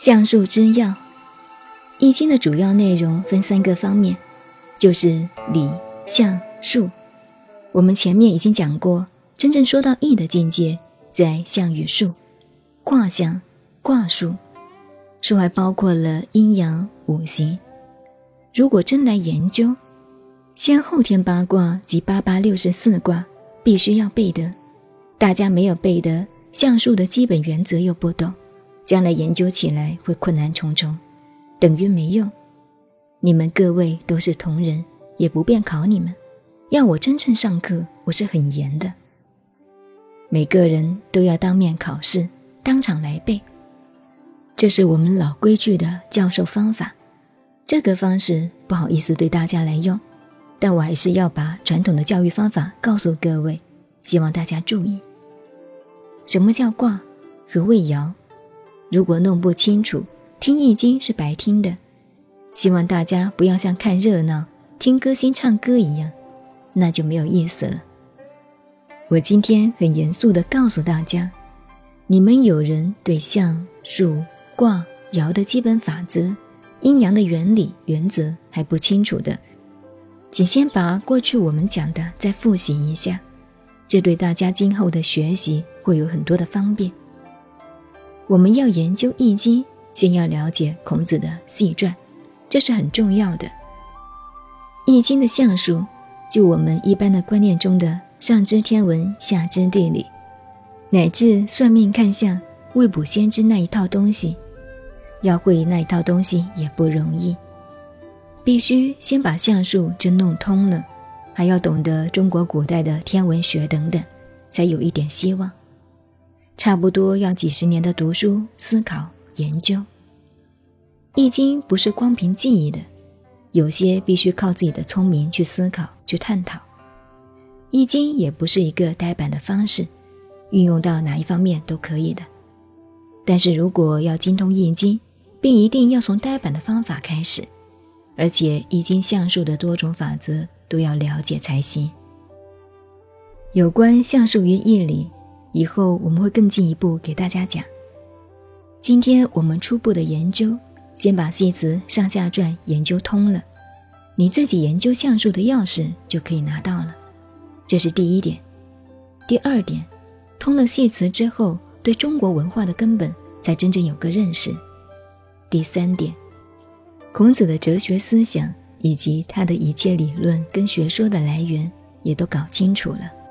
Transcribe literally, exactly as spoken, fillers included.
象数之要。易经的主要内容分三个方面，就是理、象、数。我们前面已经讲过，真正说到易的境界在象与数，卦象、卦数。数还包括了阴阳、五行。如果真来研究，先后天八卦及八八六十四卦必须要背得，大家没有背得象数的基本原则又不懂，将来研究起来会困难重重，等于没用。你们各位都是同仁，也不便考你们，要我真正上课，我是很严的。每个人都要当面考试，当场来背，这是我们老规矩的教授方法。这个方式不好意思对大家来用，但我还是要把传统的教育方法告诉各位，希望大家注意。什么叫卦？何谓爻？如果弄不清楚，听易经是白听的。希望大家不要像看热闹、听歌星唱歌一样，那就没有意思了。我今天很严肃地告诉大家，你们有人对象、数、卦、爻的基本法则、阴阳的原理、原则还不清楚的，请先把过去我们讲的再复习一下，这对大家今后的学习会有很多的方便。我们要研究易经，先要了解孔子的系传，这是很重要的。易经的象数，就我们一般的观念中的上知天文，下知地理，乃至算命看相、未卜先知那一套东西，要会那一套东西也不容易，必须先把象数真弄通了，还要懂得中国古代的天文学等等，才有一点希望。差不多要几十年的读书、思考、研究。易经不是光凭记忆的，有些必须靠自己的聪明去思考、去探讨。易经也不是一个呆板的方式，运用到哪一方面都可以的。但是如果要精通易经，并一定要从呆板的方法开始，而且易经象数的多种法则都要了解才行。有关象数与易理，以后我们会更进一步给大家讲。今天我们初步的研究，先把系辞上下传研究通了，你自己研究象数的钥匙就可以拿到了，这是第一点。第二点，通了系辞之后，对中国文化的根本才真正有个认识。第三点，孔子的哲学思想以及他的一切理论跟学说的来源也都搞清楚了。